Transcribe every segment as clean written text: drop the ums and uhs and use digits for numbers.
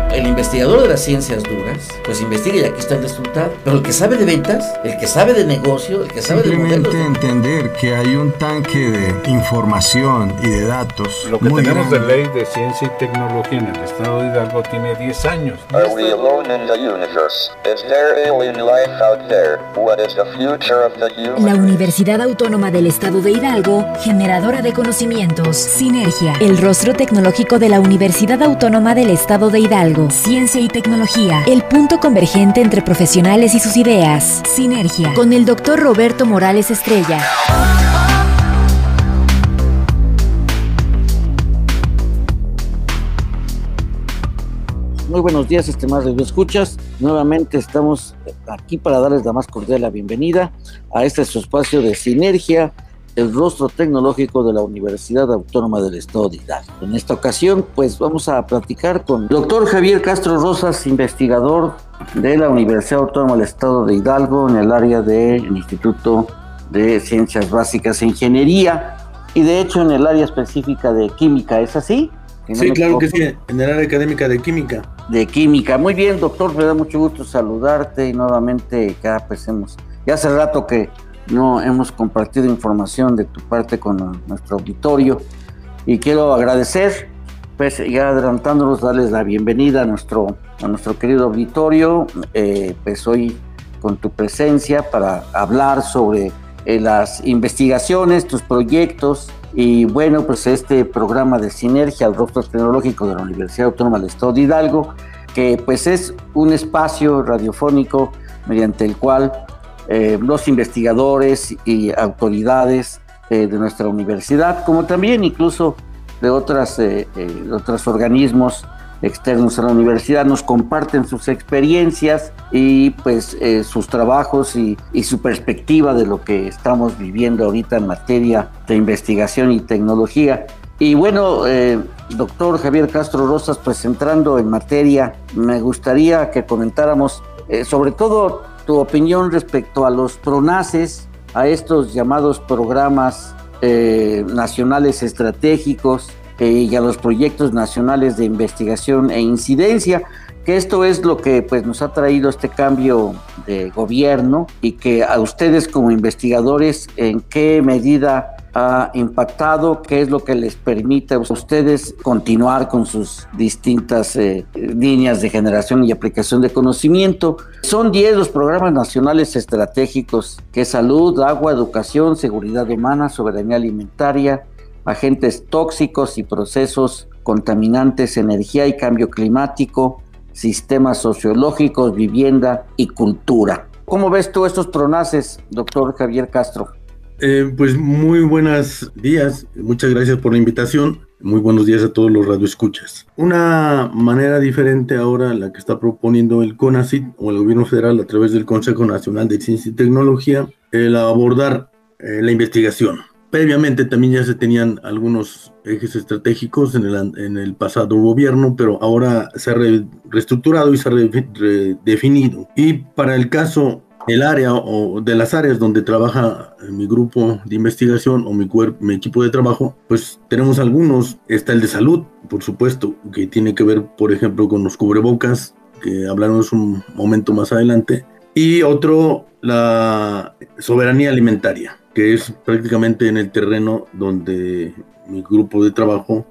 El investigador de las ciencias duras, pues investiga y aquí está el resultado. Pero el que sabe de ventas, el que sabe de negocio, el que sabe de modelos... Simplemente entender que hay un tanque de información y de datos. Lo que tenemos de ley de ciencia y tecnología en el estado de Hidalgo tiene 10 años. Are we alone in the universe? Is there alien life out there? What is the future of the human? La Universidad Autónoma del Estado de Hidalgo, generadora de conocimientos. Sinergia, el rostro tecnológico de la Universidad Autónoma del Estado de Hidalgo. Ciencia y tecnología, el punto convergente entre profesionales y sus ideas. Sinergia, con el Dr. Roberto Morales Estrella. Muy buenos días, estimados radioescuchas. Nuevamente estamos aquí para darles la más cordial la bienvenida a este su espacio de Sinergia, el rostro tecnológico de la Universidad Autónoma del Estado de Hidalgo. En esta ocasión, pues vamos a platicar con el doctor Javier Castro Rosas, investigador de la Universidad Autónoma del Estado de Hidalgo en el área del Instituto de Ciencias Básicas e Ingeniería y de hecho en el área específica de Química, ¿es así? Sí, claro que sí, en el área académica de Química. De Química. Muy bien, doctor, me da mucho gusto saludarte y nuevamente ya hace rato que no hemos compartido información de tu parte con nuestro auditorio y quiero agradecer, pues ya adelantándonos, darles la bienvenida a nuestro querido auditorio, pues hoy con tu presencia para hablar sobre las investigaciones, tus proyectos y bueno, pues este programa de Sinergia, el rostro tecnológico de la Universidad Autónoma del Estado de Hidalgo, que pues es un espacio radiofónico mediante el cual los investigadores y autoridades de nuestra universidad, como también incluso de otros organismos externos a la universidad, nos comparten sus experiencias y pues sus trabajos y su perspectiva de lo que estamos viviendo ahorita en materia de investigación y tecnología. Y bueno, doctor Javier Castro Rosas, pues entrando en materia, me gustaría que comentáramos sobre todo tu opinión respecto a los PRONACES, a estos llamados programas nacionales estratégicos y a los proyectos nacionales de investigación e incidencia, que esto es lo que pues nos ha traído este cambio de gobierno y que a ustedes como investigadores, ¿en qué medida ha impactado? ¿Qué es lo que les permite a ustedes continuar con sus distintas líneas de generación y aplicación de conocimiento? Son 10 los programas nacionales estratégicos, que es salud, agua, educación, seguridad humana, soberanía alimentaria, agentes tóxicos y procesos contaminantes, energía y cambio climático, sistemas sociológicos, vivienda y cultura. ¿Cómo ves tú estos PRONACES, doctor Javier Castro? Pues muy buenos días, muchas gracias por la invitación, muy buenos días a todos los radioescuchas. Una manera diferente ahora la que está proponiendo el CONACYT o el gobierno federal a través del Consejo Nacional de Ciencia y Tecnología, el abordar la investigación. Previamente también ya se tenían algunos ejes estratégicos en el pasado gobierno, pero ahora se ha reestructurado y se ha redefinido. Y para el caso, el área o de las áreas donde trabaja mi grupo de investigación o mi equipo de trabajo, pues tenemos algunos. Está el de salud, por supuesto, que tiene que ver, por ejemplo, con los cubrebocas, que hablaremos un momento más adelante. Y otro, la soberanía alimentaria, que es prácticamente en el terreno donde mi grupo de trabajo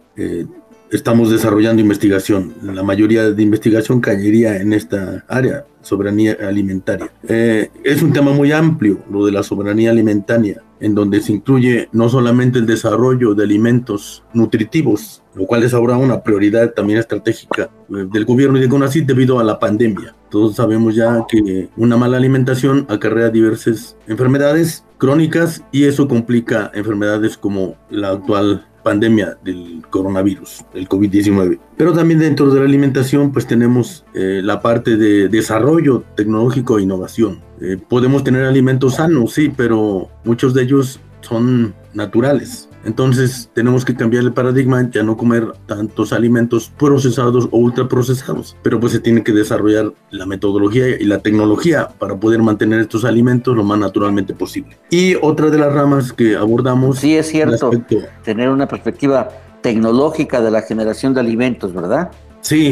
estamos desarrollando investigación. La mayoría de investigación caería en esta área, soberanía alimentaria. Es un tema muy amplio, lo de la soberanía alimentaria, en donde se incluye no solamente el desarrollo de alimentos nutritivos, lo cual es ahora una prioridad también estratégica del gobierno y de CONACYT debido a la pandemia. Todos sabemos ya que una mala alimentación acarrea diversas enfermedades crónicas y eso complica enfermedades como la actual pandemia del coronavirus, el COVID-19. Pero también dentro de la alimentación pues tenemos la parte de desarrollo tecnológico e innovación. Podemos tener alimentos sanos, sí, pero muchos de ellos son naturales. Entonces tenemos que cambiar el paradigma, ya no comer tantos alimentos procesados o ultraprocesados, pero pues se tiene que desarrollar la metodología y la tecnología para poder mantener estos alimentos lo más naturalmente posible. Y otra de las ramas que abordamos... Sí, es cierto, tener una perspectiva tecnológica de la generación de alimentos, ¿verdad? Sí,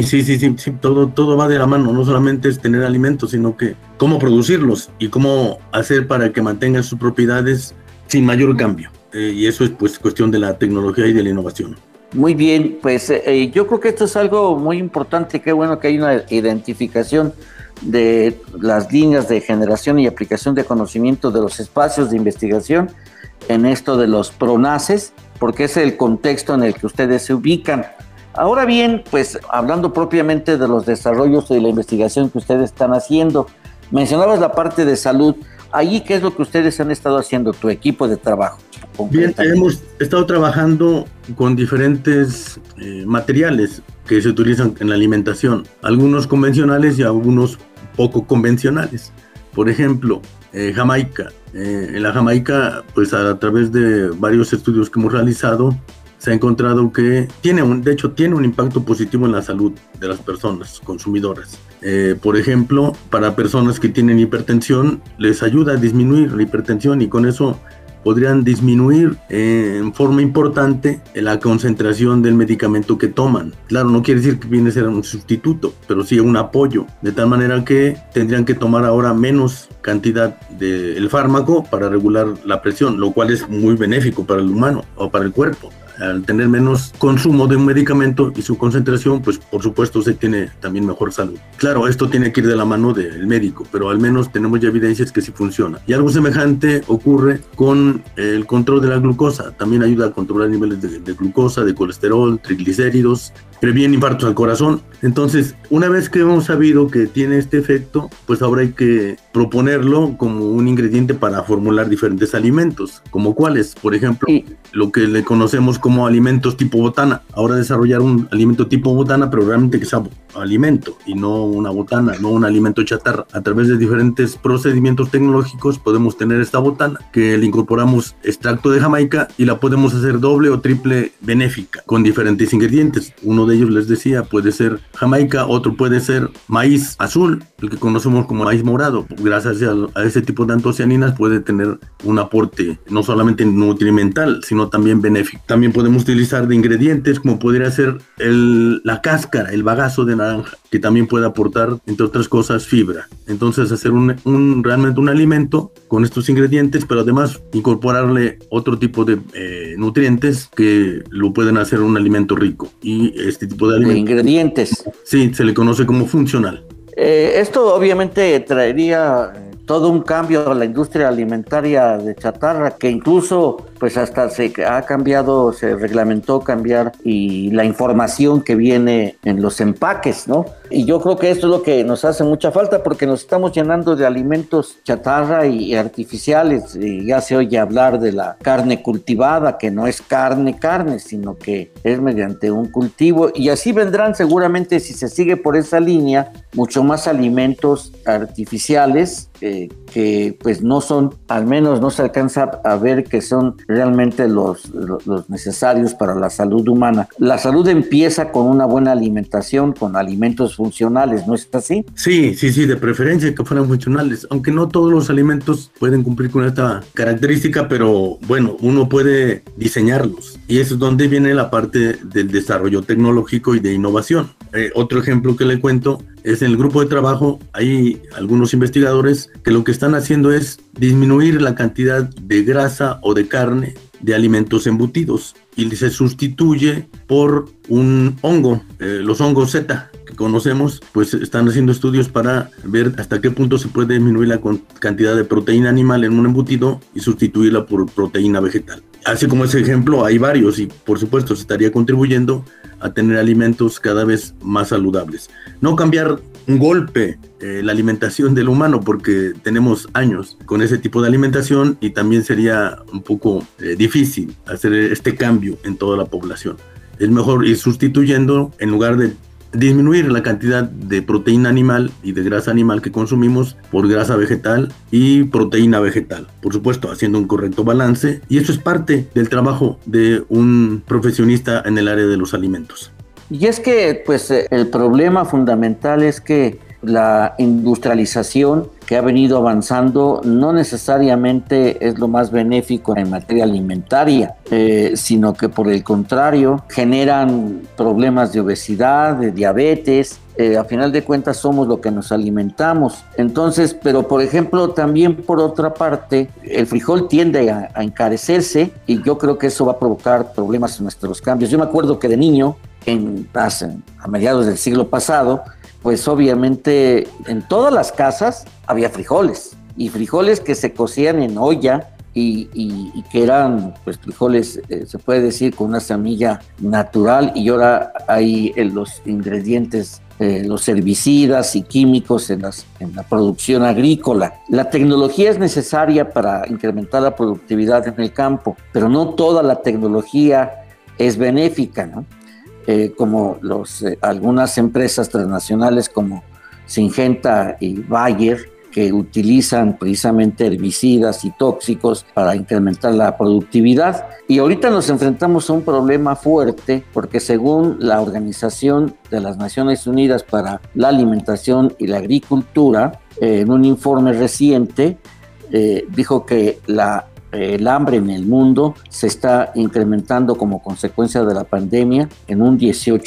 todo va de la mano, no solamente es tener alimentos, sino que cómo producirlos y cómo hacer para que mantengan sus propiedades sin mayor cambio. Y eso es pues cuestión de la tecnología y de la innovación. Muy bien, pues yo creo que esto es algo muy importante. Qué bueno que hay una identificación de las líneas de generación y aplicación de conocimiento de los espacios de investigación en esto de los PRONACES, porque es el contexto en el que ustedes se ubican. Ahora bien, pues hablando propiamente de los desarrollos y de la investigación que ustedes están haciendo, mencionabas la parte de salud. Allí, ¿qué es lo que ustedes han estado haciendo, tu equipo de trabajo? Bien, hemos estado trabajando con diferentes materiales que se utilizan en la alimentación, algunos convencionales y algunos poco convencionales. Por ejemplo, Jamaica. En la Jamaica, pues a través de varios estudios que hemos realizado, se ha encontrado que tiene un impacto positivo en la salud de las personas consumidoras. Por ejemplo, para personas que tienen hipertensión, les ayuda a disminuir la hipertensión y con eso podrían disminuir en forma importante la concentración del medicamento que toman. Claro, no quiere decir que viene a ser un sustituto, pero sí un apoyo, de tal manera que tendrían que tomar ahora menos cantidad del fármaco para regular la presión, lo cual es muy benéfico para el humano o para el cuerpo. Al tener menos consumo de un medicamento y su concentración, pues por supuesto se tiene también mejor salud. Claro, esto tiene que ir de la mano del médico, pero al menos tenemos ya evidencias que sí funciona. Y algo semejante ocurre con el control de la glucosa. También ayuda a controlar niveles de glucosa, de colesterol, triglicéridos, previene infartos al corazón. Entonces, una vez que hemos sabido que tiene este efecto, pues ahora hay que proponerlo como un ingrediente para formular diferentes alimentos, como cuáles, por ejemplo, lo que le conocemos como alimentos tipo botana. Ahora desarrollar un alimento tipo botana, pero realmente que sea alimento y no una botana, no un alimento chatarra. A través de diferentes procedimientos tecnológicos podemos tener esta botana que le incorporamos extracto de Jamaica y la podemos hacer doble o triple benéfica con diferentes ingredientes. Uno de ellos, les decía, puede ser Jamaica, otro puede ser maíz azul, el que conocemos como maíz morado. Gracias a ese tipo de antocianinas puede tener un aporte no solamente nutrimental, sino también benéfico. También podemos utilizar de ingredientes como podría ser la cáscara, el bagazo de naranja, que también puede aportar, entre otras cosas, fibra. Entonces hacer realmente un alimento con estos ingredientes, pero además incorporarle otro tipo de nutrientes que lo pueden hacer un alimento rico. Y este tipo de ingredientes. Sí, se le conoce como funcional. Esto obviamente traería todo un cambio a la industria alimentaria de chatarra, que incluso pues hasta se ha cambiado, se reglamentó cambiar y la información que viene en los empaques, ¿no? Y yo creo que esto es lo que nos hace mucha falta, porque nos estamos llenando de alimentos chatarra y artificiales. Y ya se oye hablar de la carne cultivada, que no es carne, sino que es mediante un cultivo, y así vendrán seguramente, si se sigue por esa línea, mucho más alimentos artificiales que pues no son, al menos no se alcanza a ver que son realmente los necesarios para la salud humana. La salud empieza con una buena alimentación, con alimentos funcionales, ¿no es así? Sí, de preferencia que fueran funcionales, aunque no todos los alimentos pueden cumplir con esta característica, pero bueno, uno puede diseñarlos, y eso es donde viene la parte del desarrollo tecnológico y de innovación. Otro ejemplo que le cuento es en el grupo de trabajo. Hay algunos investigadores que lo que están haciendo es disminuir la cantidad de grasa o de carne de alimentos embutidos y se sustituye por un hongo, los hongos Z que conocemos. Pues están haciendo estudios para ver hasta qué punto se puede disminuir la cantidad de proteína animal en un embutido y sustituirla por proteína vegetal. Así como ese ejemplo hay varios, y por supuesto se estaría contribuyendo a tener alimentos cada vez más saludables. No cambiar un golpe la alimentación del humano, porque tenemos años con ese tipo de alimentación y también sería un poco difícil hacer este cambio en toda la población. Es mejor ir sustituyendo, en lugar de disminuir la cantidad de proteína animal y de grasa animal que consumimos, por grasa vegetal y proteína vegetal. Por supuesto, haciendo un correcto balance, y eso es parte del trabajo de un profesionista en el área de los alimentos. Y es que pues el problema fundamental es que la industrialización que ha venido avanzando no necesariamente es lo más benéfico en materia alimentaria, sino que por el contrario generan problemas de obesidad, de diabetes. A final de cuentas somos lo que nos alimentamos. Entonces, pero por ejemplo, también por otra parte, el frijol tiende a encarecerse y yo creo que eso va a provocar problemas en nuestros cambios. Yo me acuerdo que de niño, a mediados del siglo pasado, pues obviamente en todas las casas había frijoles, y frijoles que se cocían en olla y que eran pues frijoles, se puede decir, con una semilla natural, y ahora hay los ingredientes, los herbicidas y químicos en la producción agrícola. La tecnología es necesaria para incrementar la productividad en el campo, pero no toda la tecnología es benéfica, ¿no? Como algunas empresas transnacionales como Syngenta y Bayer, que utilizan precisamente herbicidas y tóxicos para incrementar la productividad. Y ahorita nos enfrentamos a un problema fuerte, porque según la Organización de las Naciones Unidas para la Alimentación y la Agricultura, en un informe reciente, dijo que el hambre en el mundo se está incrementando como consecuencia de la pandemia en un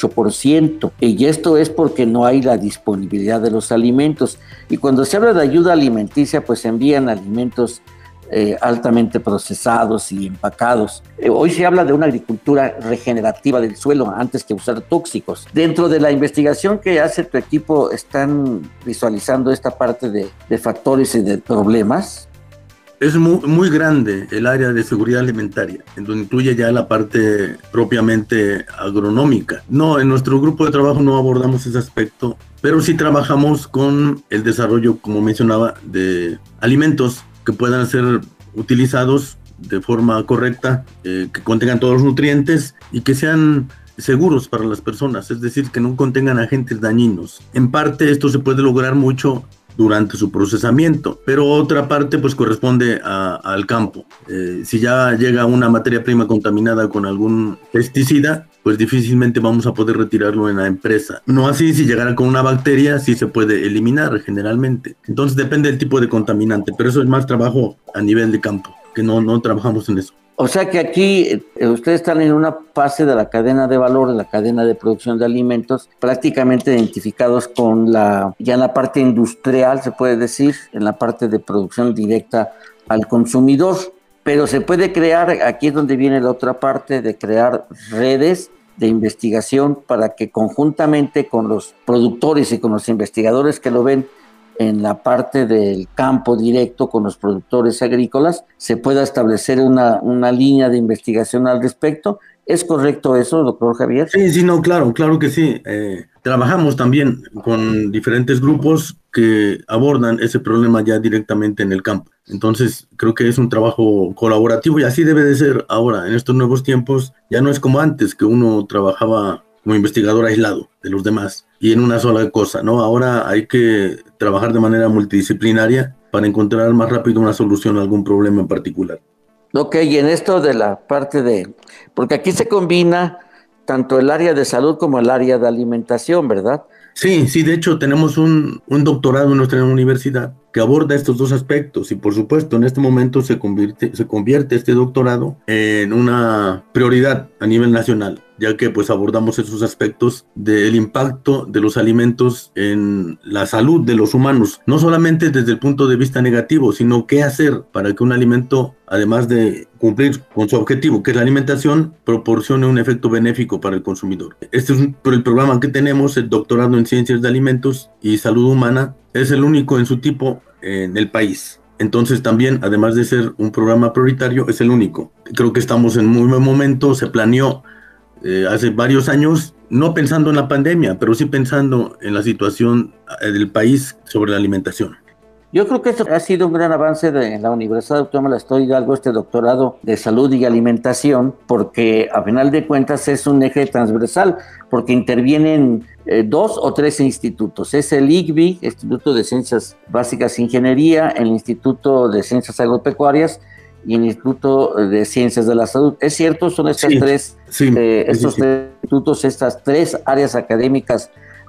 18%. Y esto es porque no hay la disponibilidad de los alimentos. Y cuando se habla de ayuda alimenticia, pues se envían alimentos altamente procesados y empacados. Hoy se habla de una agricultura regenerativa del suelo antes que usar tóxicos. Dentro de la investigación que hace tu equipo, ¿están visualizando esta parte de factores y de problemas? Es muy grande el área de seguridad alimentaria, en donde incluye ya la parte propiamente agronómica. No, en nuestro grupo de trabajo no abordamos ese aspecto, pero sí trabajamos con el desarrollo, como mencionaba, de alimentos que puedan ser utilizados de forma correcta, que contengan todos los nutrientes y que sean seguros para las personas, es decir, que no contengan agentes dañinos. En parte esto se puede lograr mucho durante su procesamiento, pero otra parte pues corresponde al campo. Si ya llega una materia prima contaminada con algún pesticida, pues difícilmente vamos a poder retirarlo en la empresa. No así si llegara con una bacteria, sí se puede eliminar generalmente. Entonces depende del tipo de contaminante, pero eso es más trabajo a nivel de campo, que no trabajamos en eso. O sea que aquí ustedes están en una fase de la cadena de valor, de la cadena de producción de alimentos, prácticamente identificados con ya en la parte industrial, se puede decir, en la parte de producción directa al consumidor. Pero se puede crear, aquí es donde viene la otra parte, de crear redes de investigación para que conjuntamente con los productores y con los investigadores que lo ven en la parte del campo directo con los productores agrícolas, se pueda establecer una línea de investigación al respecto. ¿Es correcto eso, doctor Javier? Sí, no, claro que sí. Trabajamos también con diferentes grupos que abordan ese problema ya directamente en el campo. Entonces, creo que es un trabajo colaborativo y así debe de ser ahora. En estos nuevos tiempos ya no es como antes, que uno trabajaba como investigador aislado de los demás y en una sola cosa, ¿no? Ahora hay que trabajar de manera multidisciplinaria para encontrar más rápido una solución a algún problema en particular. Ok, y en esto de la parte porque aquí se combina tanto el área de salud como el área de alimentación, ¿verdad? Sí, de hecho tenemos un doctorado en nuestra universidad que aborda estos dos aspectos y por supuesto en este momento se convierte este doctorado en una prioridad a nivel nacional, ya que pues abordamos esos aspectos del impacto de los alimentos en la salud de los humanos, no solamente desde el punto de vista negativo, sino qué hacer para que un alimento, además de cumplir con su objetivo, que es la alimentación, proporcione un efecto benéfico para el consumidor. Este es el programa que tenemos, el doctorado en Ciencias de Alimentos y Salud Humana, es el único en su tipo en el país. Entonces también, además de ser un programa prioritario, es el único. Creo que estamos en muy buen momento, se planeó hace varios años, no pensando en la pandemia, pero sí pensando en la situación del país sobre la alimentación. Yo creo que esto ha sido un gran avance de la Universidad Autónoma del Estado de Hidalgo, este doctorado de salud y alimentación, porque a final de cuentas es un eje transversal, porque intervienen 2 o 3 institutos. Es el ICBI, Instituto de Ciencias Básicas e Ingeniería, el Instituto de Ciencias Agropecuarias y el Instituto de Ciencias de la Salud. ¿Es cierto? Son estas tres institutos, estas 3 áreas académicas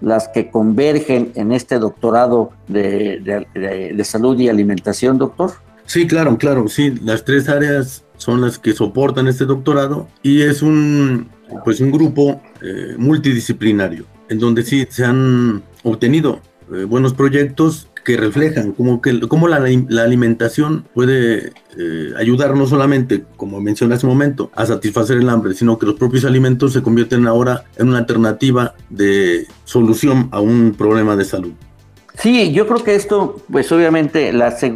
las que convergen en este doctorado de salud y alimentación, doctor? Sí, claro, sí, las 3 áreas son las que soportan este doctorado y es un grupo multidisciplinario, en donde sí se han obtenido buenos proyectos que reflejan cómo la alimentación puede ayudar no solamente, como mencioné hace un momento, a satisfacer el hambre, sino que los propios alimentos se convierten ahora en una alternativa de solución a un problema de salud. Sí, yo creo que esto, pues obviamente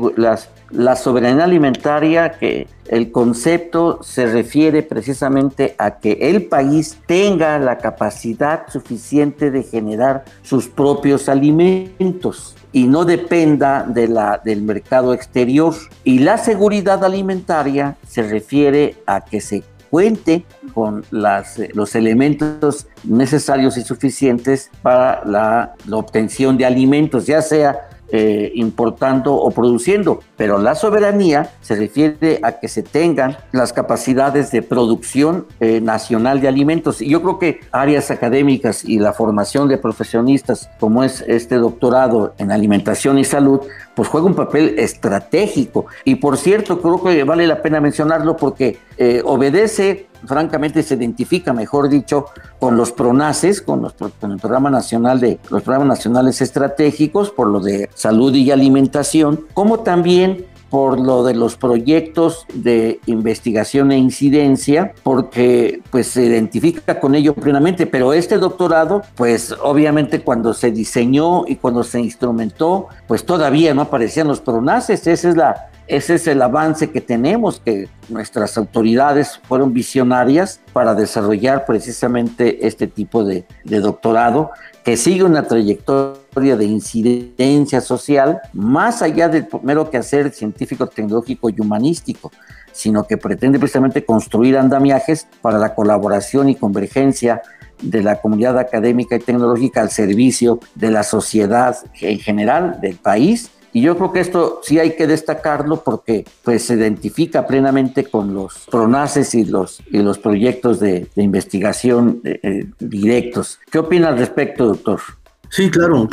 la soberanía alimentaria, que el concepto se refiere precisamente a que el país tenga la capacidad suficiente de generar sus propios alimentos y no dependa del mercado exterior. Y la seguridad alimentaria se refiere a que se cuente con los elementos necesarios y suficientes para la obtención de alimentos, ya sea importando o produciendo, pero la soberanía se refiere a que se tengan las capacidades de producción nacional de alimentos. Y yo creo que áreas académicas y la formación de profesionistas, como es este doctorado en alimentación y salud, pues juega un papel estratégico. Y por cierto, creo que vale la pena mencionarlo porque obedece, francamente se identifica, mejor dicho, con los PRONACES, con el Programa Nacional los Programas Nacionales Estratégicos, por lo de salud y alimentación, como también por lo de los proyectos de investigación e incidencia, porque pues se identifica con ello plenamente. Pero este doctorado, pues obviamente cuando se diseñó y cuando se instrumentó, pues todavía no aparecían los PRONACES. Ese es el avance que tenemos, que nuestras autoridades fueron visionarias para desarrollar precisamente este tipo de doctorado, que sigue una trayectoria de incidencia social, más allá del mero quehacer científico, tecnológico y humanístico, sino que pretende precisamente construir andamiajes para la colaboración y convergencia de la comunidad académica y tecnológica al servicio de la sociedad en general, del país. Y yo creo que esto sí hay que destacarlo porque pues, se identifica plenamente con los PRONACES y los proyectos de investigación directos. ¿Qué opina al respecto, doctor? Sí, claro,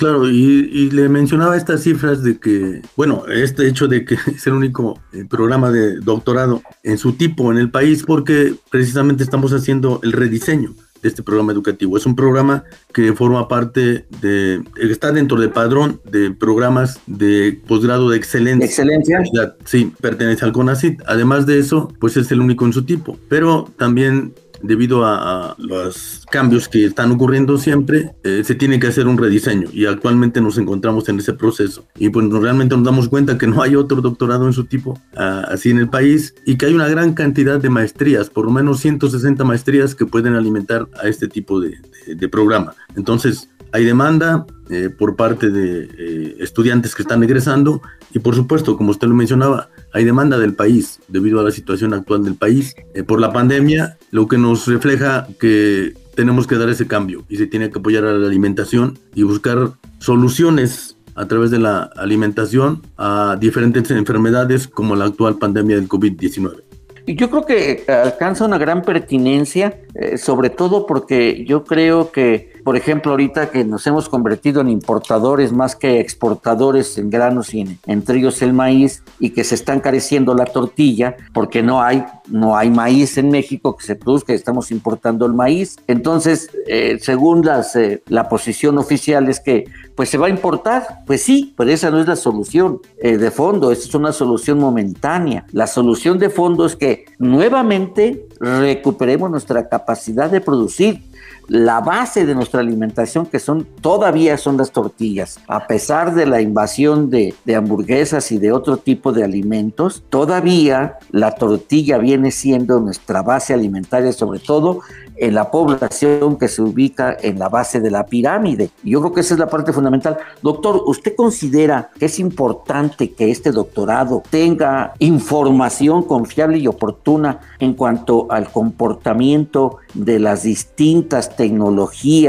y le mencionaba estas cifras de que, bueno, este hecho de que es el único programa de doctorado en su tipo en el país, porque precisamente estamos haciendo el rediseño de este programa educativo. Es un programa que forma parte está dentro del padrón de programas de posgrado de excelencia. ¿Excelencia? Sí, pertenece al CONACYT. Además de eso, pues es el único en su tipo, pero también debido a los cambios que están ocurriendo siempre, se tiene que hacer un rediseño y actualmente nos encontramos en ese proceso. Y pues realmente nos damos cuenta que no hay otro doctorado en su tipo así en el país y que hay una gran cantidad de maestrías, por lo menos 160 maestrías que pueden alimentar a este tipo de programa. Entonces, hay demanda por parte de estudiantes que están egresando y por supuesto, como usted lo mencionaba, hay demanda del país debido a la situación actual del país por la pandemia, lo que nos refleja que tenemos que dar ese cambio y se tiene que apoyar a la alimentación y buscar soluciones a través de la alimentación a diferentes enfermedades como la actual pandemia del COVID-19. Y yo creo que alcanza una gran pertinencia, sobre todo porque yo creo que, por ejemplo, ahorita que nos hemos convertido en importadores más que exportadores en granos y entre ellos el maíz, y que se está encareciendo la tortilla porque no hay maíz en México que se produzca, estamos importando el maíz. Entonces, según la posición oficial es que pues se va a importar. Pues sí, pero esa no es la solución de fondo, esa es una solución momentánea. La solución de fondo es que nuevamente recuperemos nuestra capacidad de producir. La base de nuestra alimentación, que todavía son las tortillas, a pesar de la invasión de hamburguesas y de otro tipo de alimentos, todavía la tortilla viene siendo nuestra base alimentaria, sobre todo en la población que se ubica en la base de la pirámide. Yo creo que esa es la parte fundamental. Doctor, ¿usted considera que es importante que este doctorado tenga información confiable y oportuna en cuanto al comportamiento de las distintas tecnologías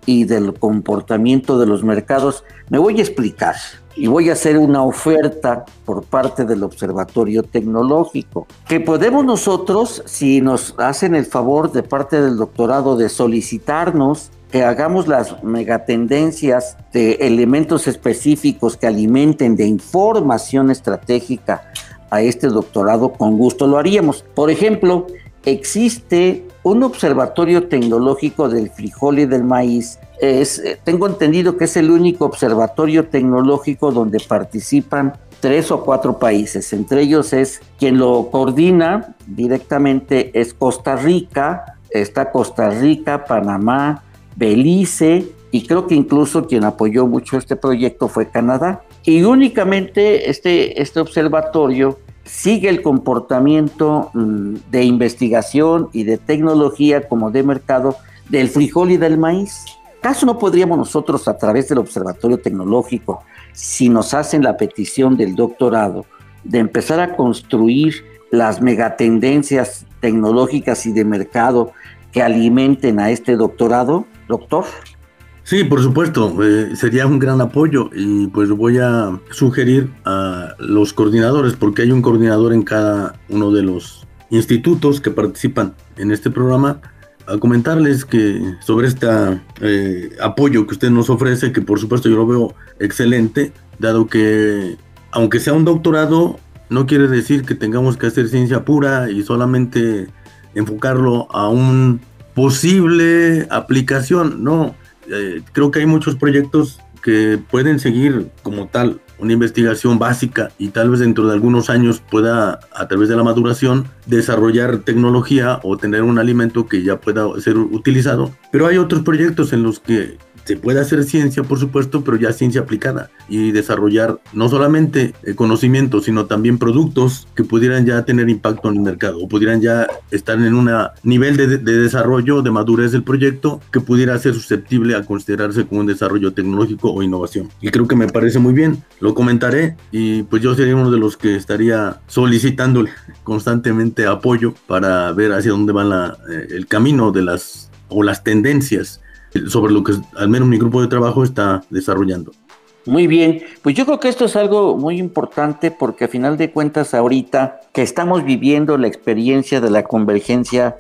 y del comportamiento de los mercados. Me voy a explicar y voy a hacer una oferta por parte del Observatorio Tecnológico, que podemos nosotros, si nos hacen el favor de parte del doctorado de solicitarnos que hagamos las megatendencias de elementos específicos que alimenten de información estratégica a este doctorado, con gusto lo haríamos. Por ejemplo, existe un observatorio tecnológico del frijol y del maíz. Tengo entendido que es el único observatorio tecnológico donde participan 3 o 4 países. Entre ellos es quien lo coordina directamente es Costa Rica. Está Costa Rica, Panamá, Belice, y creo que incluso quien apoyó mucho este proyecto fue Canadá. Y únicamente este observatorio sigue el comportamiento de investigación y de tecnología como de mercado del frijol y del maíz. ¿Acaso no podríamos nosotros, a través del Observatorio Tecnológico, si nos hacen la petición del doctorado, de empezar a construir las megatendencias tecnológicas y de mercado que alimenten a este doctorado, doctor? Sí, por supuesto, sería un gran apoyo, y pues voy a sugerir a los coordinadores, porque hay un coordinador en cada uno de los institutos que participan en este programa, a comentarles que sobre este apoyo que usted nos ofrece, que por supuesto yo lo veo excelente, dado que aunque sea un doctorado, no quiere decir que tengamos que hacer ciencia pura y solamente enfocarlo a un posible aplicación. No, creo que hay muchos proyectos que pueden seguir como tal una investigación básica, y tal vez dentro de algunos años pueda, a través de la maduración, desarrollar tecnología o tener un alimento que ya pueda ser utilizado. Pero hay otros proyectos en los que se puede hacer ciencia, por supuesto, pero ya ciencia aplicada, y desarrollar no solamente conocimiento, sino también productos que pudieran ya tener impacto en el mercado, o pudieran ya estar en un nivel de desarrollo, de madurez del proyecto, que pudiera ser susceptible a considerarse como un desarrollo tecnológico o innovación. Y creo que me parece muy bien, lo comentaré, y pues yo sería uno de los que estaría solicitándole constantemente apoyo para ver hacia dónde va el camino de las tendencias sobre lo que al menos mi grupo de trabajo está desarrollando. Muy bien, pues yo creo que esto es algo muy importante, porque a final de cuentas ahorita que estamos viviendo la experiencia de la convergencia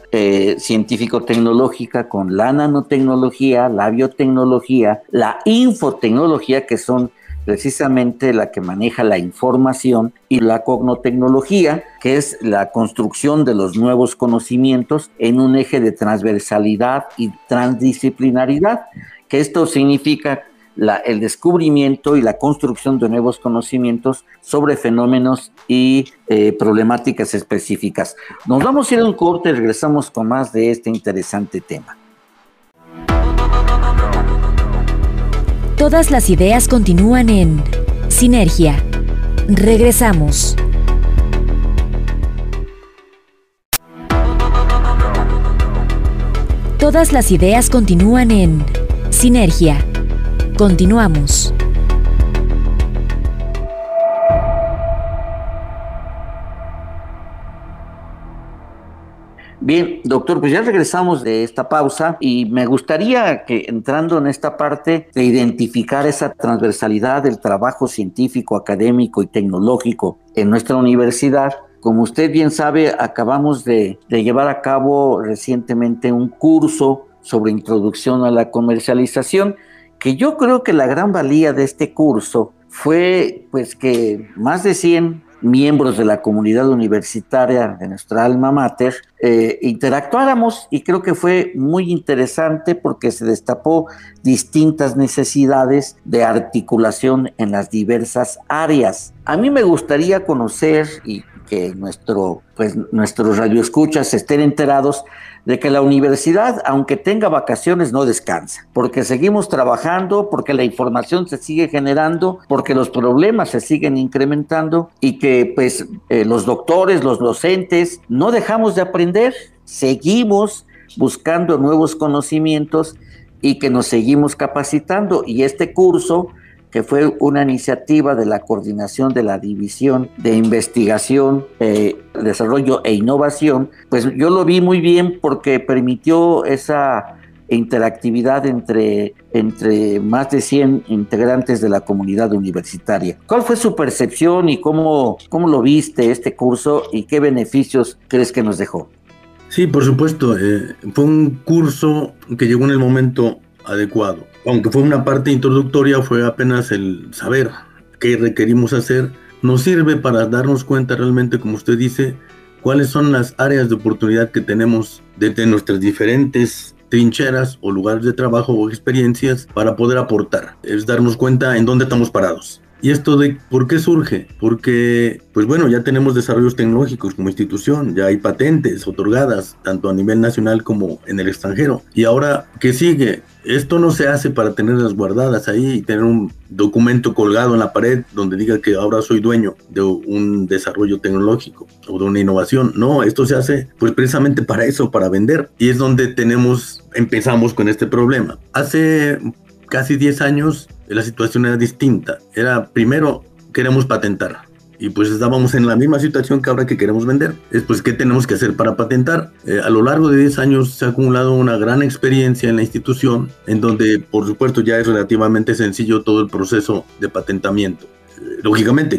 científico-tecnológica con la nanotecnología, la biotecnología, la infotecnología, que son precisamente la que maneja la información, y la cognotecnología, que es la construcción de los nuevos conocimientos en un eje de transversalidad y transdisciplinaridad, que esto significa el descubrimiento y la construcción de nuevos conocimientos sobre fenómenos y problemáticas específicas. Nos vamos a ir a un corte y regresamos con más de este interesante tema. Todas las ideas continúan en Sinergia. Regresamos. Todas las ideas continúan en Sinergia. Continuamos. Bien, doctor, pues ya regresamos de esta pausa, y me gustaría que, entrando en esta parte de identificar esa transversalidad del trabajo científico, académico y tecnológico en nuestra universidad, como usted bien sabe, acabamos de llevar a cabo recientemente un curso sobre introducción a la comercialización, que yo creo que la gran valía de este curso fue pues que más de 100 miembros de la comunidad universitaria de nuestra alma mater interactuáramos, y creo que fue muy interesante porque se destapó distintas necesidades de articulación en las diversas áreas. A mí me gustaría conocer, y que nuestros radioescuchas estén enterados de que la universidad, aunque tenga vacaciones, no descansa, porque seguimos trabajando, porque la información se sigue generando, porque los problemas se siguen incrementando, y que pues los doctores, los docentes, no dejamos de aprender, seguimos buscando nuevos conocimientos y que nos seguimos capacitando. Y este curso, que fue una iniciativa de la coordinación de la División de Investigación, Desarrollo e Innovación, pues yo lo vi muy bien porque permitió esa e interactividad entre más de 100 integrantes de la comunidad universitaria. ¿Cuál fue su percepción y cómo lo viste este curso y qué beneficios crees que nos dejó? Sí, por supuesto, fue un curso que llegó en el momento adecuado. Aunque fue una parte introductoria, fue apenas el saber qué requerimos hacer. Nos sirve para darnos cuenta realmente, como usted dice, cuáles son las áreas de oportunidad que tenemos desde nuestras diferentes trincheras o lugares de trabajo o experiencias para poder aportar. Es darnos cuenta en dónde estamos parados. ¿Y esto de por qué surge? Porque, pues bueno, ya tenemos desarrollos tecnológicos como institución, ya hay patentes otorgadas, tanto a nivel nacional como en el extranjero. Y ahora, ¿qué sigue? Esto no se hace para tenerlas guardadas ahí y tener un documento colgado en la pared donde diga que ahora soy dueño de un desarrollo tecnológico o de una innovación. No, esto se hace pues precisamente para eso, para vender. Y es donde empezamos con este problema. Hace casi 10 años la situación era distinta. Era, primero, queremos patentar. Y pues estábamos en la misma situación que ahora que queremos vender. Pues, ¿qué tenemos que hacer para patentar? A lo largo de 10 años se ha acumulado una gran experiencia en la institución, en donde, por supuesto, ya es relativamente sencillo todo el proceso de patentamiento. Lógicamente,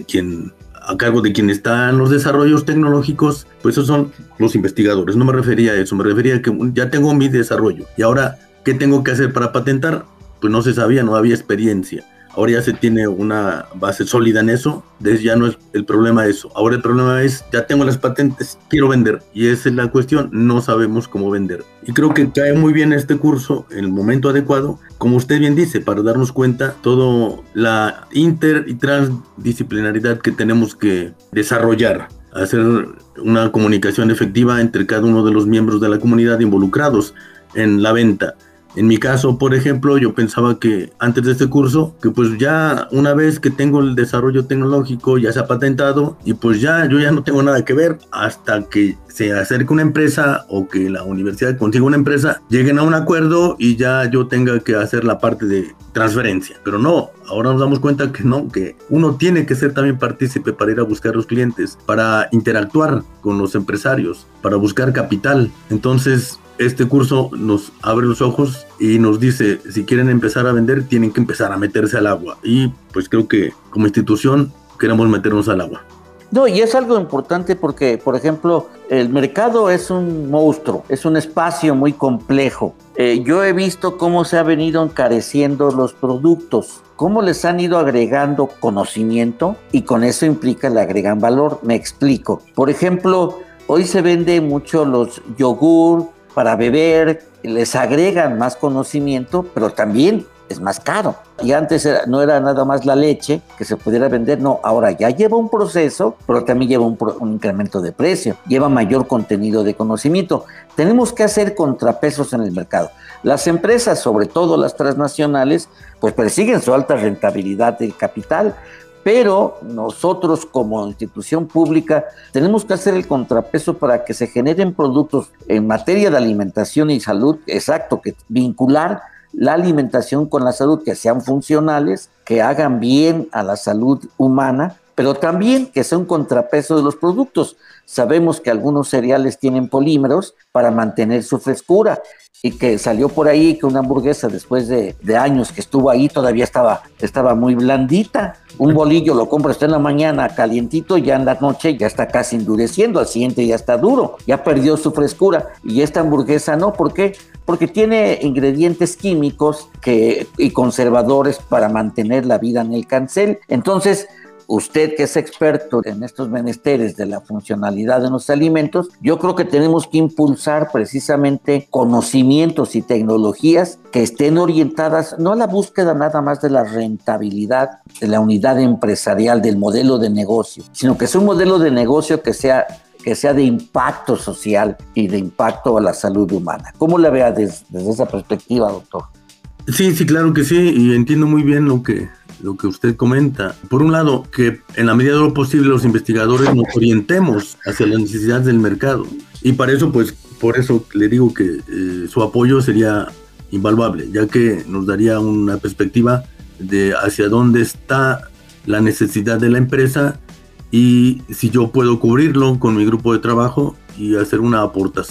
a cargo de quien están los desarrollos tecnológicos, pues esos son los investigadores. No me refería a eso, me refería a que ya tengo mi desarrollo. Y ahora, ¿qué tengo que hacer para patentar? Pues no se sabía, no había experiencia. Ahora ya se tiene una base sólida en eso, ya no es el problema eso. Ahora el problema es, ya tengo las patentes, quiero vender. Y esa es la cuestión, no sabemos cómo vender. Y creo que cae muy bien este curso en el momento adecuado, como usted bien dice, para darnos cuenta toda la inter y transdisciplinaridad que tenemos que desarrollar. Hacer una comunicación efectiva entre cada uno de los miembros de la comunidad involucrados en la venta. En mi caso, por ejemplo, yo pensaba que antes de este curso, que pues ya una vez que tengo el desarrollo tecnológico, ya se ha patentado y pues yo ya no tengo nada que ver hasta que se acerque una empresa o que la universidad consiga una empresa, lleguen a un acuerdo y ya yo tenga que hacer la parte de transferencia. Pero no, ahora nos damos cuenta que no, que uno tiene que ser también partícipe para ir a buscar los clientes, para interactuar con los empresarios, para buscar capital. Entonces, este curso nos abre los ojos y nos dice, si quieren empezar a vender, tienen que empezar a meterse al agua. Y pues creo que como institución queremos meternos al agua. No, y es algo importante porque, por ejemplo, el mercado es un monstruo, es un espacio muy complejo. Yo he visto cómo se ha venido encareciendo los productos, cómo les han ido agregando conocimiento y con eso implica le agregan valor. Me explico. Por ejemplo, hoy se vende mucho los yogur para beber, les agregan más conocimiento, pero también es más caro. Y antes no era nada más la leche que se pudiera vender, no, ahora ya lleva un proceso, pero también lleva un incremento de precio, lleva mayor contenido de conocimiento. Tenemos que hacer contrapesos en el mercado. Las empresas, sobre todo las transnacionales, pues persiguen su alta rentabilidad del capital, pero nosotros como institución pública tenemos que hacer el contrapeso para que se generen productos en materia de alimentación y salud, exacto, que vincular la alimentación con la salud, que sean funcionales, que hagan bien a la salud humana, pero también que sea un contrapeso de los productos. Sabemos que algunos cereales tienen polímeros para mantener su frescura y que salió por ahí que una hamburguesa después de años que estuvo ahí todavía estaba muy blandita. Un bolillo lo compra usted en la mañana calientito, ya en la noche ya está casi endureciendo, al siguiente ya está duro, ya perdió su frescura. Y esta hamburguesa no, ¿por qué? Porque tiene ingredientes químicos y conservadores para mantener la vida en el cancel. Entonces, usted que es experto en estos menesteres de la funcionalidad de los alimentos, yo creo que tenemos que impulsar precisamente conocimientos y tecnologías que estén orientadas no a la búsqueda nada más de la rentabilidad de la unidad empresarial, del modelo de negocio, sino que sea un modelo de negocio que sea de impacto social y de impacto a la salud humana. ¿Cómo la vea desde esa perspectiva, doctor? Sí, claro que sí, y entiendo muy bien lo que usted comenta. Por un lado, que en la medida de lo posible los investigadores nos orientemos hacia las necesidades del mercado. Y para eso, pues, por eso le digo que su apoyo sería invaluable, ya que nos daría una perspectiva de hacia dónde está la necesidad de la empresa y si yo puedo cubrirlo con mi grupo de trabajo y hacer una aportación.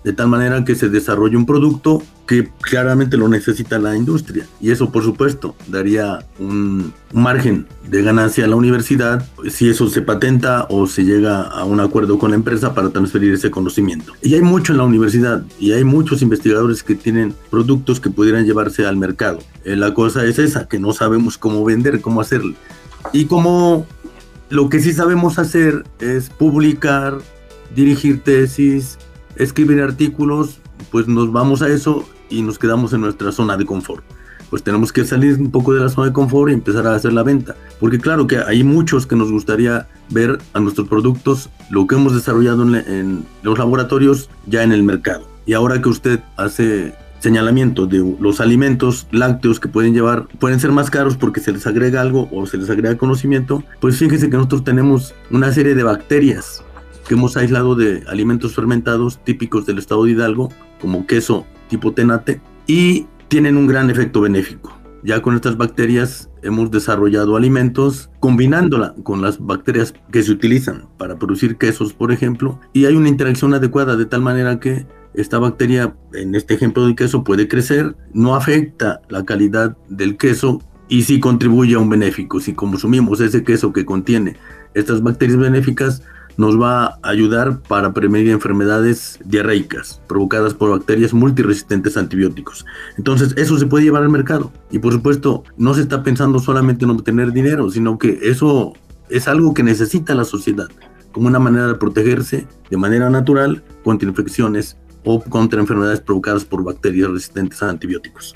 de tal manera que se desarrolle un producto que claramente lo necesita la industria. Y eso, por supuesto, daría un margen de ganancia a la universidad si eso se patenta o se llega a un acuerdo con la empresa para transferir ese conocimiento. Y hay mucho en la universidad y hay muchos investigadores que tienen productos que pudieran llevarse al mercado. La cosa es esa, que no sabemos cómo vender, cómo hacerlo. Y como lo que sí sabemos hacer es publicar, dirigir tesis, escribir artículos, pues nos vamos a eso y nos quedamos en nuestra zona de confort. Pues tenemos que salir un poco de la zona de confort y empezar a hacer la venta. Porque claro que hay muchos que nos gustaría ver a nuestros productos, lo que hemos desarrollado en los laboratorios, ya en el mercado. Y ahora que usted hace señalamiento de los alimentos lácteos que pueden ser más caros porque se les agrega algo o se les agrega conocimiento, pues fíjese que nosotros tenemos una serie de bacterias que hemos aislado de alimentos fermentados típicos del estado de Hidalgo, como queso tipo tenate, y tienen un gran efecto benéfico. Ya con estas bacterias hemos desarrollado alimentos combinándola con las bacterias que se utilizan para producir quesos, por ejemplo, y hay una interacción adecuada de tal manera que esta bacteria, en este ejemplo del queso, puede crecer, no afecta la calidad del queso y sí contribuye a un benéfico. Si consumimos ese queso que contiene estas bacterias benéficas, nos va a ayudar para prevenir enfermedades diarreicas provocadas por bacterias multiresistentes a antibióticos. Entonces, eso se puede llevar al mercado. Y por supuesto, no se está pensando solamente en obtener dinero, sino que eso es algo que necesita la sociedad, como una manera de protegerse de manera natural contra infecciones o contra enfermedades provocadas por bacterias resistentes a antibióticos.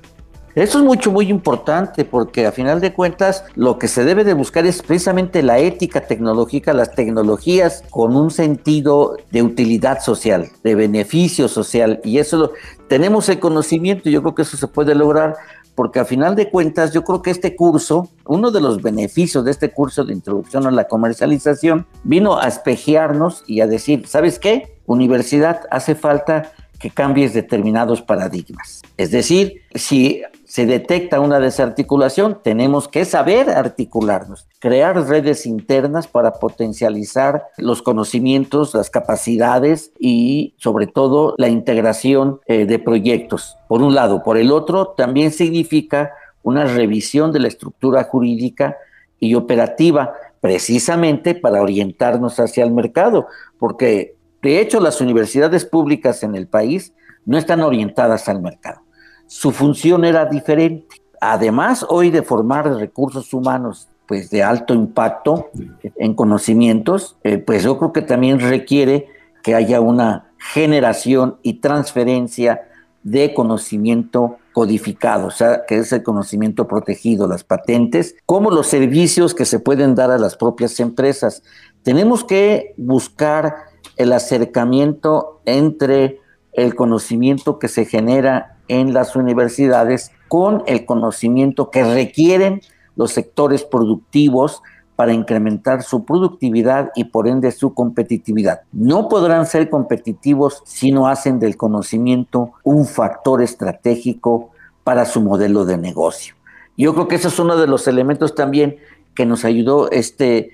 Eso es muy importante porque a final de cuentas lo que se debe de buscar es precisamente la ética tecnológica, las tecnologías con un sentido de utilidad social, de beneficio social, y eso tenemos el conocimiento y yo creo que eso se puede lograr porque a final de cuentas yo creo que este curso, uno de los beneficios de este curso de introducción a la comercialización vino a espejearnos y a decir, ¿sabes qué? Universidad, hace falta que cambies determinados paradigmas. Es decir, si se detecta una desarticulación, tenemos que saber articularnos, crear redes internas para potencializar los conocimientos, las capacidades y sobre todo la integración de proyectos. Por un lado. Por el otro, también significa una revisión de la estructura jurídica y operativa, precisamente para orientarnos hacia el mercado, porque de hecho las universidades públicas en el país no están orientadas al mercado. Su función era diferente. Además, hoy de formar recursos humanos pues de alto impacto en conocimientos, pues yo creo que también requiere que haya una generación y transferencia de conocimiento codificado, o sea, que es el conocimiento protegido, las patentes, como los servicios que se pueden dar a las propias empresas. Tenemos que buscar el acercamiento entre el conocimiento que se genera en las universidades con el conocimiento que requieren los sectores productivos para incrementar su productividad y por ende su competitividad. No podrán ser competitivos si no hacen del conocimiento un factor estratégico para su modelo de negocio. Yo creo que ese es uno de los elementos también que nos ayudó este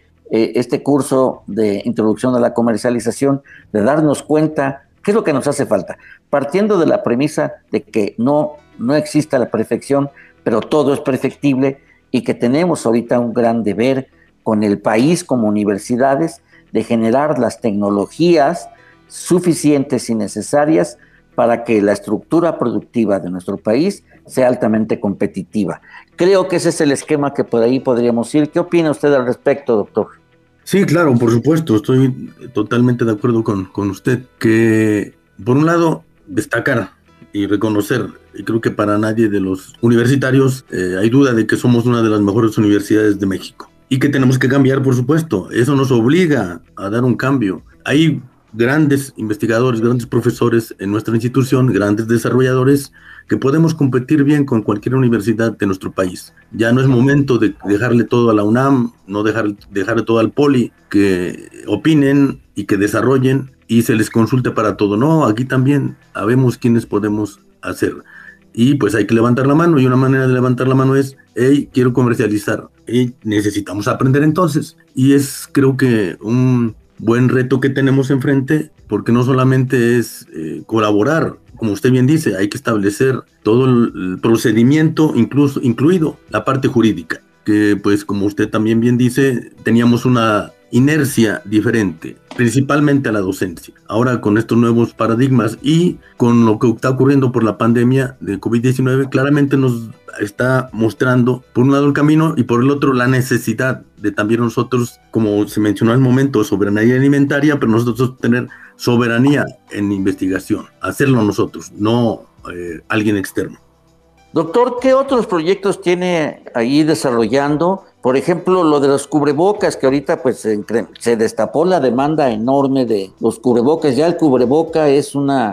curso de introducción a la comercialización, de darnos cuenta qué es lo que nos hace falta, partiendo de la premisa de que no exista la perfección, pero todo es perfectible y que tenemos ahorita un gran deber con el país como universidades de generar las tecnologías suficientes y necesarias para que la estructura productiva de nuestro país sea altamente competitiva. Creo que ese es el esquema que por ahí podríamos ir. ¿Qué opina usted al respecto, doctor? Sí, claro, por supuesto, estoy totalmente de acuerdo con usted, que por un lado destacar y reconocer, y creo que para nadie de los universitarios hay duda de que somos una de las mejores universidades de México y que tenemos que cambiar, por supuesto. Eso nos obliga a dar un cambio. Hay grandes investigadores, grandes profesores en nuestra institución, grandes desarrolladores, que podemos competir bien con cualquier universidad de nuestro país. Ya no es momento de dejarle todo a la UNAM, no dejarle todo al Poli, que opinen y que desarrollen y se les consulte para todo. No, aquí también sabemos quiénes podemos hacer. Y pues hay que levantar la mano, y una manera de levantar la mano es, hey, quiero comercializar, hey, necesitamos aprender entonces. Y es, creo que, un buen reto que tenemos enfrente, porque no solamente es colaborar, como usted bien dice, hay que establecer todo el procedimiento, incluido la parte jurídica, que pues como usted también bien dice, teníamos una inercia diferente, principalmente a la docencia. Ahora con estos nuevos paradigmas y con lo que está ocurriendo por la pandemia de COVID-19, claramente nos está mostrando por un lado el camino y por el otro la necesidad de también nosotros, como se mencionó al momento, soberanía alimentaria, pero nosotros tener soberanía en investigación, hacerlo nosotros, no alguien externo. Doctor, ¿qué otros proyectos tiene ahí desarrollando? Por ejemplo, lo de los cubrebocas, que ahorita pues se destapó la demanda enorme de los cubrebocas. Ya el cubreboca es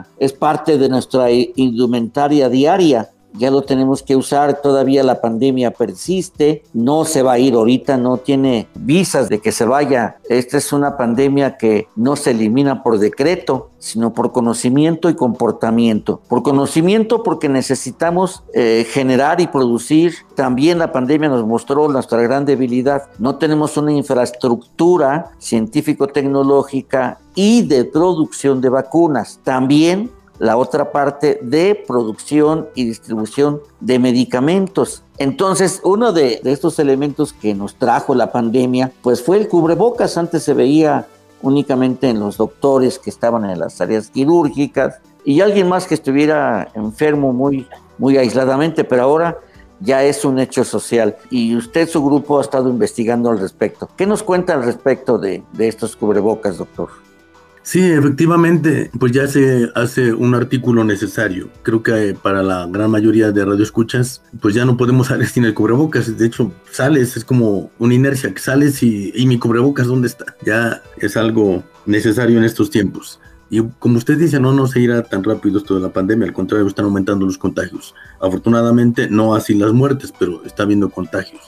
parte de nuestra indumentaria diaria. Ya lo tenemos que usar, todavía la pandemia persiste, no se va a ir ahorita, no tiene visas de que se vaya. Esta es una pandemia que no se elimina por decreto, sino por conocimiento y comportamiento. Por conocimiento porque necesitamos generar y producir. También la pandemia nos mostró nuestra gran debilidad. No tenemos una infraestructura científico-tecnológica y de producción de vacunas. También la otra parte de producción y distribución de medicamentos. Entonces, uno de estos elementos que nos trajo la pandemia, pues fue el cubrebocas. Antes se veía únicamente en los doctores que estaban en las áreas quirúrgicas y alguien más que estuviera enfermo muy aisladamente, pero ahora ya es un hecho social y usted, su grupo, ha estado investigando al respecto. ¿Qué nos cuenta al respecto de estos cubrebocas, doctor? Sí, efectivamente, pues ya se hace un artículo necesario. Creo que para la gran mayoría de radioescuchas, pues ya no podemos salir sin el cubrebocas. De hecho, sales, es como una inercia, que sales y mi cubrebocas, ¿dónde está? Ya es algo necesario en estos tiempos. Y como usted dice, no se irá tan rápido esto de la pandemia, al contrario, están aumentando los contagios. Afortunadamente, no así las muertes, pero está habiendo contagios.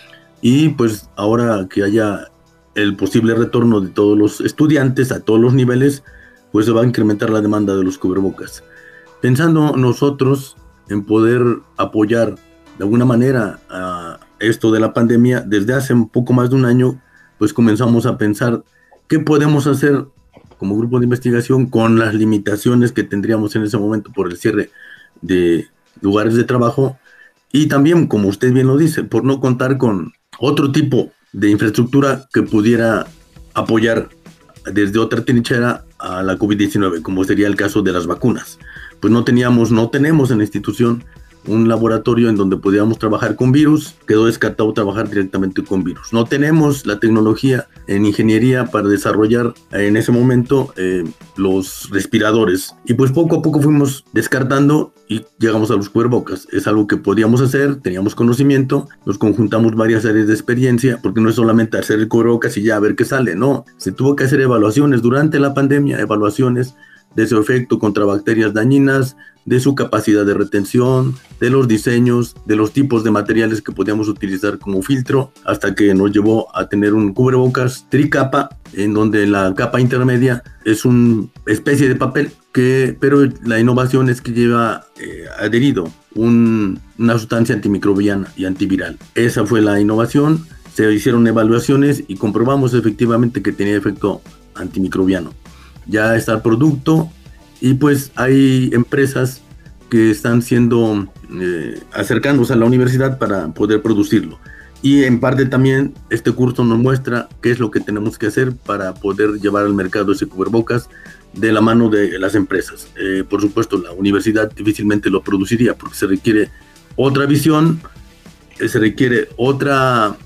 Y pues ahora que haya el posible retorno de todos los estudiantes a todos los niveles, pues se va a incrementar la demanda de los cubrebocas. Pensando nosotros en poder apoyar de alguna manera a esto de la pandemia, desde hace un poco más de un año, pues comenzamos a pensar qué podemos hacer como grupo de investigación con las limitaciones que tendríamos en ese momento por el cierre de lugares de trabajo y también, como usted bien lo dice, por no contar con otro tipo de infraestructura que pudiera apoyar desde otra trinchera a la COVID-19, como sería el caso de las vacunas. Pues no tenemos en la institución un laboratorio en donde podíamos trabajar con virus, quedó descartado trabajar directamente con virus. No tenemos la tecnología en ingeniería para desarrollar en ese momento los respiradores. Y pues poco a poco fuimos descartando y llegamos a los cubrebocas. Es algo que podíamos hacer, teníamos conocimiento, nos conjuntamos varias áreas de experiencia, porque no es solamente hacer el cubrebocas y ya a ver qué sale, no. Se tuvo que hacer evaluaciones durante la pandemia, evaluaciones de su efecto contra bacterias dañinas, de su capacidad de retención, de los diseños, de los tipos de materiales que podíamos utilizar como filtro, hasta que nos llevó a tener un cubrebocas tricapa, en donde la capa intermedia es una especie de papel, pero la innovación es que lleva adherido una sustancia antimicrobiana y antiviral. Esa fue la innovación, se hicieron evaluaciones y comprobamos efectivamente que tenía efecto antimicrobiano. Ya está el producto y pues hay empresas que están acercándose a la universidad para poder producirlo. Y en parte también este curso nos muestra qué es lo que tenemos que hacer para poder llevar al mercado ese cubrebocas de la mano de las empresas. Por supuesto, la universidad difícilmente lo produciría porque se requiere otra visión, se requiere otra...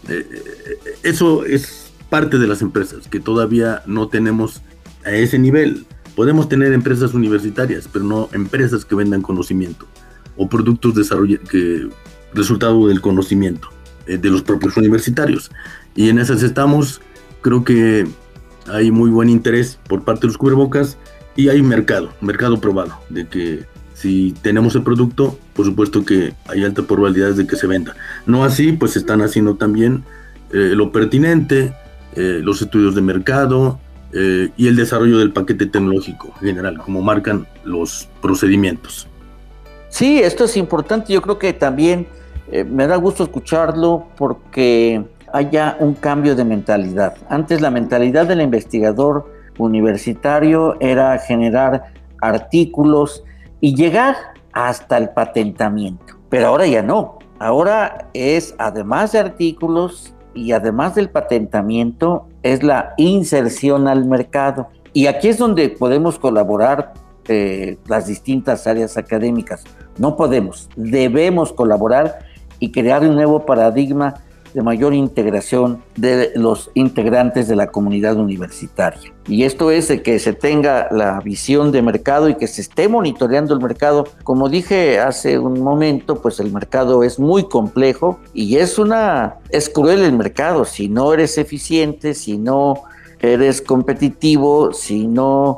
eso es parte de las empresas que todavía no tenemos a ese nivel. Podemos tener empresas universitarias, pero no empresas que vendan conocimiento o productos resultado del conocimiento de los propios universitarios. Y en esas estamos. Creo que hay muy buen interés por parte de los cubrebocas y hay mercado probado de que si tenemos el producto, por supuesto que hay alta probabilidad de que se venda. No así, pues están haciendo también lo pertinente, los estudios de mercado, y el desarrollo del paquete tecnológico general, como marcan los procedimientos. Sí, esto es importante. Yo creo que también me da gusto escucharlo porque haya un cambio de mentalidad. Antes la mentalidad del investigador universitario era generar artículos y llegar hasta el patentamiento, pero ahora ya no. Ahora es, además de artículos y además del patentamiento, es la inserción al mercado. Y aquí es donde podemos colaborar las distintas áreas académicas. No podemos, debemos colaborar y crear un nuevo paradigma de mayor integración de los integrantes de la comunidad universitaria. Y esto es de que se tenga la visión de mercado y que se esté monitoreando el mercado. Como dije hace un momento, pues el mercado es muy complejo y es cruel el mercado. Si no eres eficiente, si no eres competitivo, si no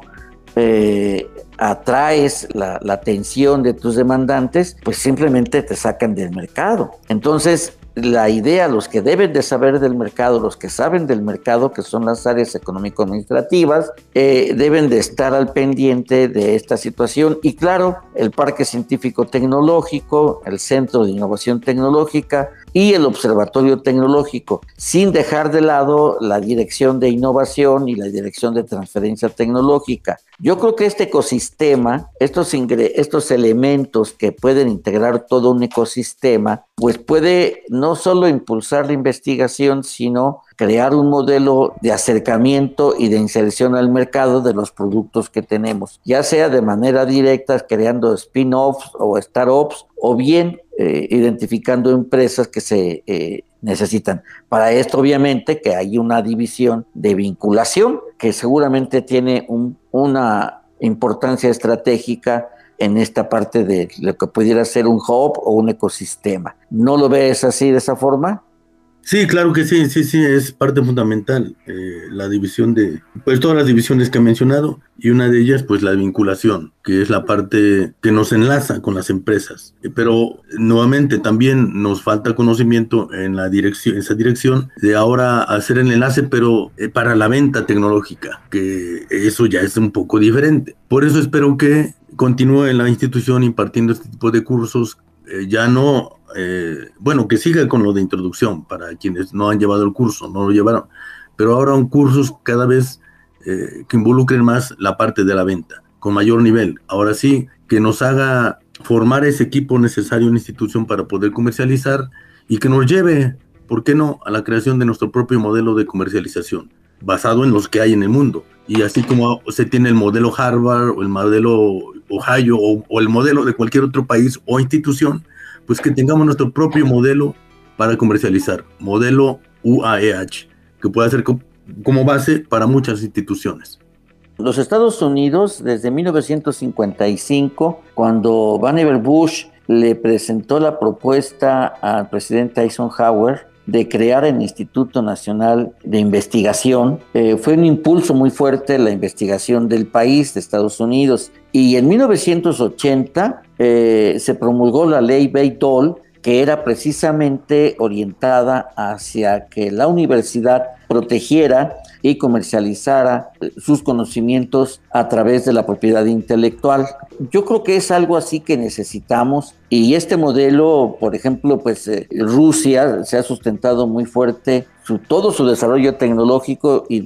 atraes la atención de tus demandantes, pues simplemente te sacan del mercado. Entonces, la idea, los que deben de saber del mercado, los que saben del mercado, que son las áreas económico-administrativas, deben de estar al pendiente de esta situación. Y claro, el Parque Científico Tecnológico, el Centro de Innovación Tecnológica y el Observatorio Tecnológico, sin dejar de lado la Dirección de Innovación y la Dirección de Transferencia Tecnológica. Yo creo que este ecosistema, estos elementos que pueden integrar todo un ecosistema, pues puede no solo impulsar la investigación, sino crear un modelo de acercamiento y de inserción al mercado de los productos que tenemos, ya sea de manera directa, creando spin-offs o startups, o bien identificando empresas que se necesitan. Para esto, obviamente, que hay una división de vinculación que seguramente tiene una importancia estratégica en esta parte de lo que pudiera ser un hub o un ecosistema. ¿No lo ves así, de esa forma? Sí, claro que sí, es parte fundamental, la división pues todas las divisiones que he mencionado, y una de ellas, pues la vinculación, que es la parte que nos enlaza con las empresas. Pero nuevamente también nos falta conocimiento en esa dirección de ahora hacer el enlace, pero para la venta tecnológica, que eso ya es un poco diferente. Por eso espero que continúe la institución impartiendo este tipo de cursos, ya no... que siga con lo de introducción para quienes no han llevado el curso, no lo llevaron, pero ahora cursos cada vez que involucren más la parte de la venta, con mayor nivel. Ahora sí, que nos haga formar ese equipo necesario en la institución para poder comercializar y que nos lleve, ¿por qué no?, a la creación de nuestro propio modelo de comercialización, basado en los que hay en el mundo. Y así como se tiene el modelo Harvard o el modelo Ohio o el modelo de cualquier otro país o institución, pues que tengamos nuestro propio modelo para comercializar, modelo UAEH, que pueda ser como base para muchas instituciones. Los Estados Unidos, desde 1955, cuando Vannevar Bush le presentó la propuesta al presidente Eisenhower de crear el Instituto Nacional de Investigación, fue un impulso muy fuerte la investigación del país, de Estados Unidos. Y en 1980 se promulgó la ley Bayh-Dole, que era precisamente orientada hacia que la universidad protegiera y comercializara sus conocimientos a través de la propiedad intelectual. Yo creo que es algo así que necesitamos, y este modelo, por ejemplo, pues Rusia se ha sustentado muy fuerte todo su desarrollo tecnológico, y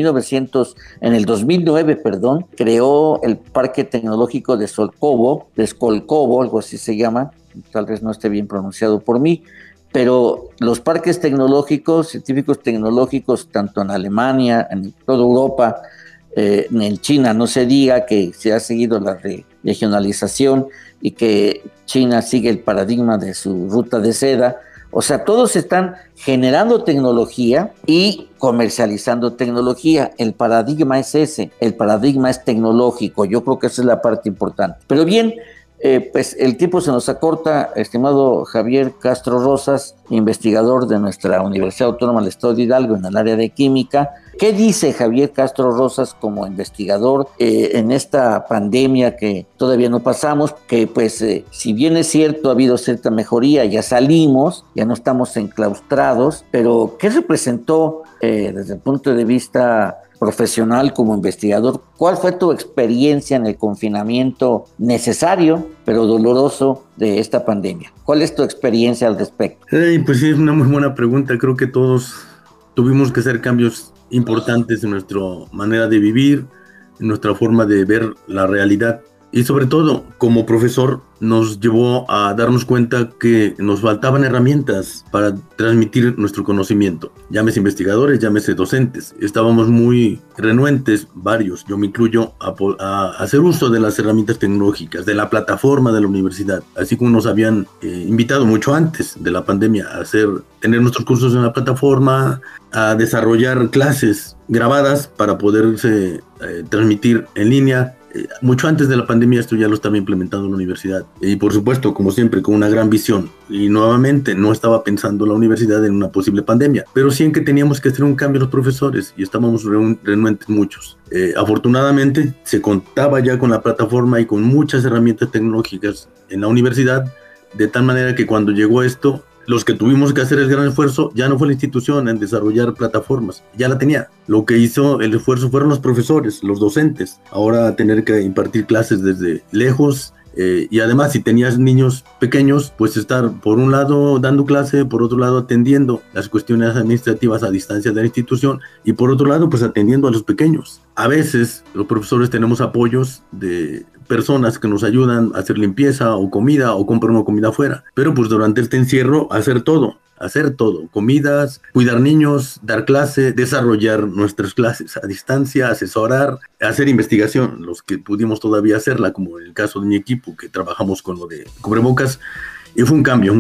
en el 2009, creó el Parque Tecnológico de Skolkovo, algo así se llama, tal vez no esté bien pronunciado por mí, pero los parques tecnológicos, científicos tecnológicos, tanto en Alemania, en toda Europa, en China, no se diga, que se ha seguido la regionalización y que China sigue el paradigma de su ruta de seda. O sea, todos están generando tecnología y comercializando tecnología. El paradigma es ese, el paradigma es tecnológico. Yo creo que esa es la parte importante. Pero bien, pues el tiempo se nos acorta. Estimado Javier Castro Rosas, investigador de nuestra Universidad Autónoma del Estado de Hidalgo en el área de química, ¿Qué dice Javier Castro Rosas como investigador en esta pandemia que todavía no pasamos? Que pues si bien es cierto ha habido cierta mejoría, ya salimos, ya no estamos enclaustrados, pero ¿qué representó desde el punto de vista profesional como investigador? ¿Cuál fue tu experiencia en el confinamiento necesario pero doloroso de esta pandemia? ¿Cuál es tu experiencia al respecto? Pues sí, es una muy buena pregunta. Creo que todos tuvimos que hacer cambios importantes en nuestra manera de vivir, en nuestra forma de ver la realidad. Y sobre todo, como profesor, nos llevó a darnos cuenta que nos faltaban herramientas para transmitir nuestro conocimiento. Llámese investigadores, llámese docentes. Estábamos muy renuentes, varios, yo me incluyo, a hacer uso de las herramientas tecnológicas, de la plataforma de la universidad. Así como nos habían invitado mucho antes de la pandemia a tener nuestros cursos en la plataforma, a desarrollar clases grabadas para poderse transmitir en línea. Mucho antes de la pandemia esto ya lo estaba implementando la universidad y por supuesto, como siempre, con una gran visión. Y nuevamente no estaba pensando la universidad en una posible pandemia, pero sí en que teníamos que hacer un cambio los profesores y estábamos renuentes muchos. Afortunadamente se contaba ya con la plataforma y con muchas herramientas tecnológicas en la universidad, de tal manera que cuando llegó esto, los que tuvimos que hacer el gran esfuerzo ya no fue la institución en desarrollar plataformas, ya la tenía. Lo que hizo el esfuerzo fueron los profesores, los docentes. Ahora tener que impartir clases desde lejos y además si tenías niños pequeños, pues estar por un lado dando clase, por otro lado atendiendo las cuestiones administrativas a distancia de la institución y por otro lado pues atendiendo a los pequeños. A veces los profesores tenemos apoyos de personas que nos ayudan a hacer limpieza o comida o comprar una comida afuera, pero pues durante este encierro hacer todo, comidas, cuidar niños, dar clase, desarrollar nuestras clases a distancia, asesorar, hacer investigación, los que pudimos todavía hacerla, como en el caso de mi equipo que trabajamos con lo de cubrebocas, y fue un cambio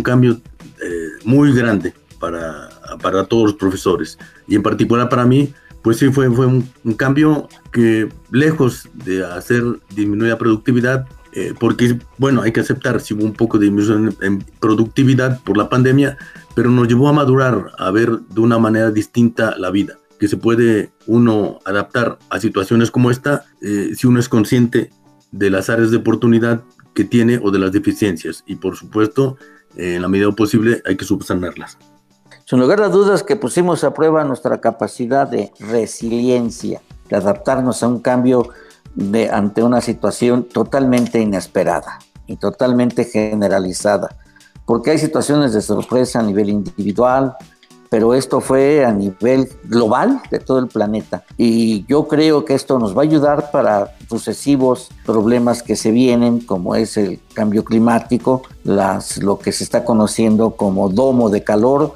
muy grande para todos los profesores, y en particular para mí, pues sí fue un cambio que lejos de hacer disminuir la productividad, porque, bueno, hay que aceptar si hubo un poco de disminución en productividad por la pandemia, pero nos llevó a madurar, a ver de una manera distinta la vida, que se puede uno adaptar a situaciones como esta si uno es consciente de las áreas de oportunidad que tiene o de las deficiencias, y por supuesto, en la medida posible hay que subsanarlas. Sin lugar a dudas que pusimos a prueba nuestra capacidad de resiliencia, de adaptarnos a un cambio ante una situación totalmente inesperada y totalmente generalizada, porque hay situaciones de sorpresa a nivel individual, pero esto fue a nivel global de todo el planeta, y yo creo que esto nos va a ayudar para sucesivos problemas que se vienen, como es el cambio climático, lo que se está conociendo como domo de calor,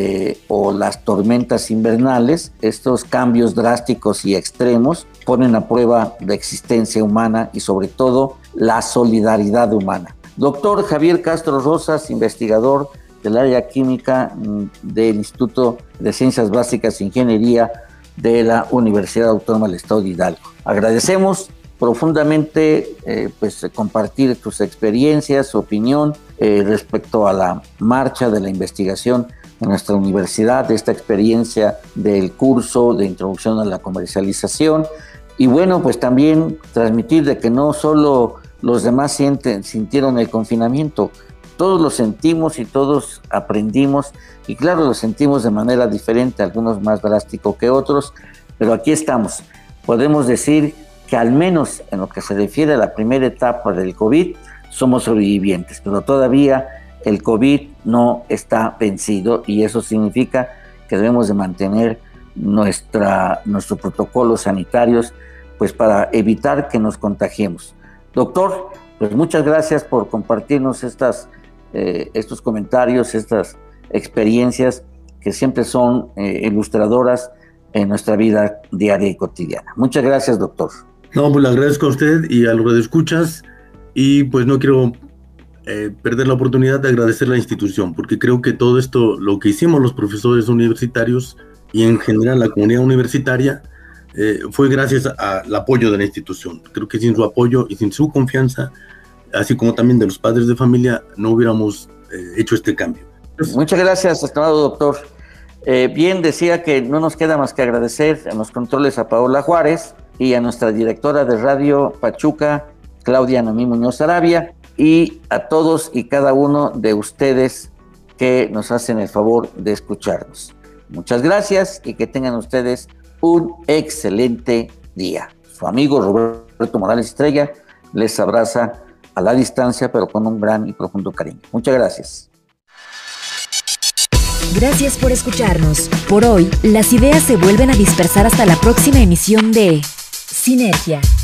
o las tormentas invernales. Estos cambios drásticos y extremos ponen a prueba la existencia humana y sobre todo la solidaridad humana. Doctor Javier Castro Rosas, investigador del área química del Instituto de Ciencias Básicas e Ingeniería de la Universidad Autónoma del Estado de Hidalgo. Agradecemos profundamente compartir tus experiencias, su opinión respecto a la marcha de la investigación en nuestra universidad, de esta experiencia del curso de Introducción a la Comercialización, y bueno, pues también transmitir de que no solo los demás sintieron el confinamiento, todos lo sentimos y todos aprendimos, y claro, lo sentimos de manera diferente, algunos más drástico que otros, pero aquí estamos. Podemos decir que al menos en lo que se refiere a la primera etapa del COVID, somos sobrevivientes, pero todavía el COVID no está vencido, y eso significa que debemos de mantener nuestros protocolos sanitarios pues para evitar que nos contagiemos. Doctor, pues muchas gracias por compartirnos estos comentarios, estas experiencias que siempre son ilustradoras en nuestra vida diaria y cotidiana. Muchas gracias, doctor. No, pues le agradezco a usted y a los radioescuchas, y pues no quiero perder la oportunidad de agradecer a la institución, porque creo que todo esto, lo que hicimos los profesores universitarios y en general la comunidad universitaria, fue gracias al apoyo de la institución. Creo que sin su apoyo y sin su confianza, así como también de los padres de familia, no hubiéramos hecho este cambio. Muchas gracias, estimado doctor. Bien, decía que no nos queda más que agradecer en los controles a Paola Juárez y a nuestra directora de Radio Pachuca, Claudia Noemí Muñoz Arabia, y a todos y cada uno de ustedes que nos hacen el favor de escucharnos. Muchas gracias y que tengan ustedes un excelente día. Su amigo Roberto Morales Estrella les abraza a la distancia, pero con un gran y profundo cariño. Muchas gracias. Gracias por escucharnos. Por hoy, las ideas se vuelven a dispersar hasta la próxima emisión de Sinergia.